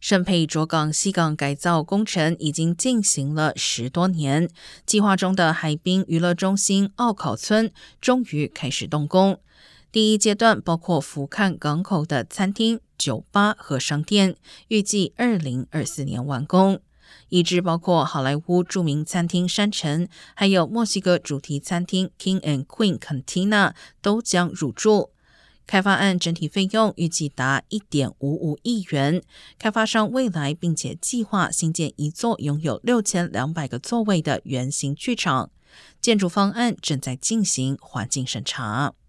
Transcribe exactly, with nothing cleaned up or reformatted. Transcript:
圣佩卓港西港改造工程已经进行了十多年，计划中的海滨娱乐中心奥考村终于开始动工。第一阶段包括福看港口的餐厅、酒吧和商店，预计二零二四年完工。一支包括好莱坞著名餐厅山城，还有墨西哥主题餐厅 King and Queen Cantina 都将入驻。开发案整体费用预计达 一点五五亿元，开发商未来并且计划新建一座拥有六千两百个座位的圆形剧场，建筑方案正在进行环境审查。